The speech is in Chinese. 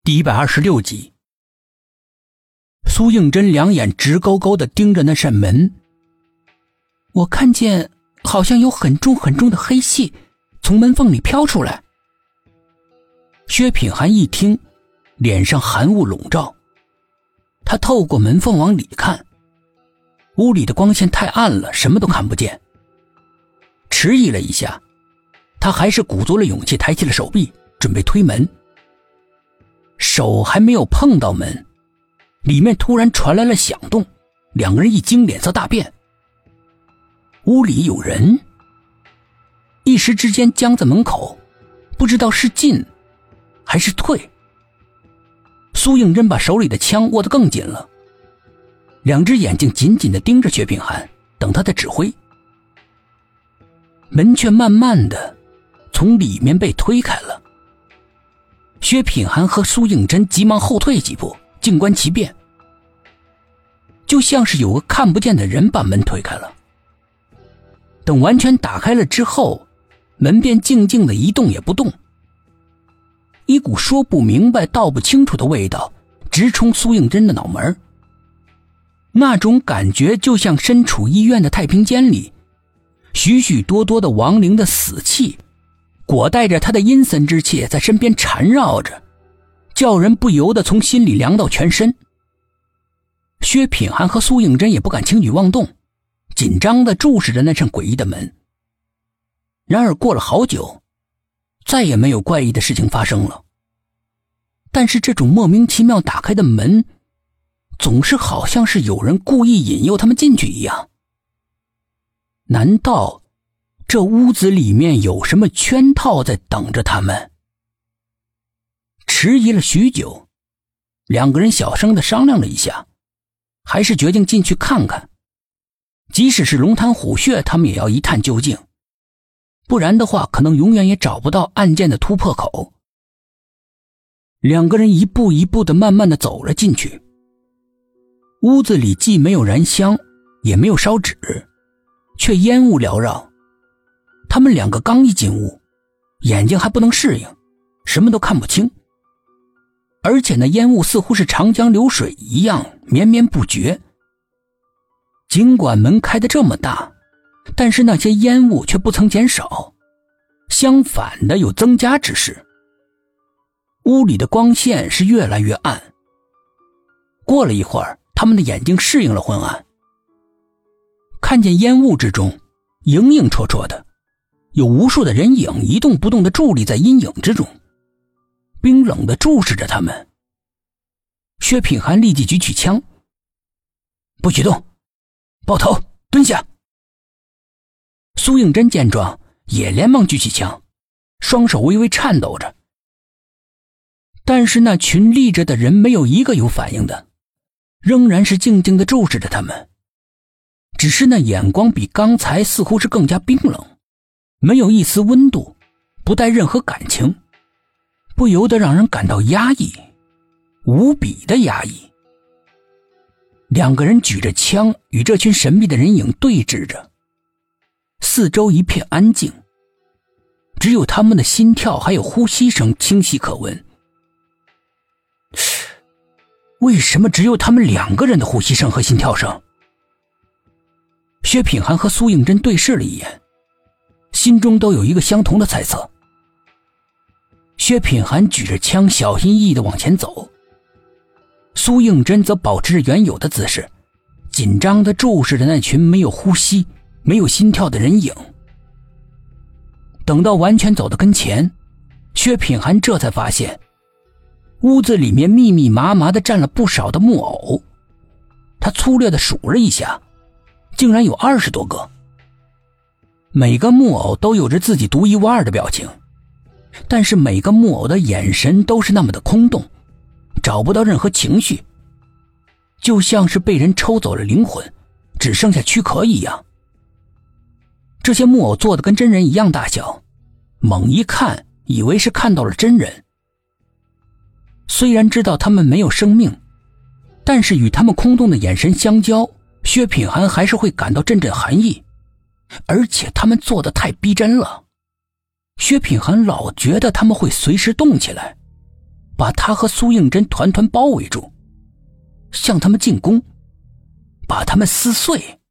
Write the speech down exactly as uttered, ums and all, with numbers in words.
第一百二十六集。苏应真两眼直勾勾地盯着那扇门，我看见好像有很重很重的黑气从门缝里飘出来。薛品涵一听，脸上寒雾笼罩，他透过门缝往里看，屋里的光线太暗了，什么都看不见。迟疑了一下，他还是鼓足了勇气抬起了手臂，准备推门。手还没有碰到门，里面突然传来了响动，两个人一惊，脸色大变。屋里有人，一时之间僵在门口，不知道是进还是退。苏应真把手里的枪握得更紧了，两只眼睛紧紧地盯着薛品涵，等他的指挥。门却慢慢地从里面被推开了。薛品涵和苏应真急忙后退几步，静观其变，就像是有个看不见的人把门推开了。等完全打开了之后，门便静静地一动也不动。一股说不明白道不清楚的味道直冲苏应真的脑门，那种感觉就像身处医院的太平间里，许许多多的亡灵的死气裹带着他的阴森之气在身边缠绕着，叫人不由得从心里凉到全身。薛品涵和苏应真也不敢轻举妄动，紧张地注视着那扇诡异的门。然而过了好久，再也没有怪异的事情发生了。但是这种莫名其妙打开的门，总是好像是有人故意引诱他们进去一样。难道这屋子里面有什么圈套在等着他们？迟疑了许久，两个人小声地商量了一下，还是决定进去看看。即使是龙潭虎穴，他们也要一探究竟，不然的话可能永远也找不到案件的突破口。两个人一步一步地慢慢地走了进去。屋子里既没有燃香，也没有烧纸，却烟雾缭绕。他们两个刚一进屋，眼睛还不能适应，什么都看不清，而且那烟雾似乎是长江流水一样绵绵不绝。尽管门开得这么大，但是那些烟雾却不曾减少，相反的有增加之势。屋里的光线是越来越暗。过了一会儿，他们的眼睛适应了昏暗，看见烟雾之中影影绰绰的，有无数的人影一动不动地伫立在阴影之中，冰冷地注视着他们。薛品涵立即举起枪，不许动，抱头蹲下。苏应真见状也连忙举起枪，双手微微颤抖着。但是那群立着的人没有一个有反应的，仍然是静静地注视着他们，只是那眼光比刚才似乎是更加冰冷，没有一丝温度，不带任何感情，不由得让人感到压抑，无比的压抑。两个人举着枪与这群神秘的人影对峙着，四周一片安静，只有他们的心跳还有呼吸声清晰可闻。为什么只有他们两个人的呼吸声和心跳声？薛品涵和苏应真对视了一眼，心中都有一个相同的猜测。薛品涵举着枪小心翼翼地往前走，苏应真则保持着原有的姿势，紧张地注视着那群没有呼吸没有心跳的人影。等到完全走到跟前，薛品涵这才发现屋子里面密密麻麻地站了不少的木偶，他粗略地数了一下，竟然有二十多个。每个木偶都有着自己独一无二的表情，但是每个木偶的眼神都是那么的空洞，找不到任何情绪，就像是被人抽走了灵魂，只剩下躯壳一样。这些木偶做的跟真人一样大小，猛一看以为是看到了真人。虽然知道他们没有生命，但是与他们空洞的眼神相交，薛品涵还是会感到阵阵寒意，而且他们做得太逼真了。薛品涵老觉得他们会随时动起来， 把他和苏应真团团包围住，向他们进攻，把他们撕碎。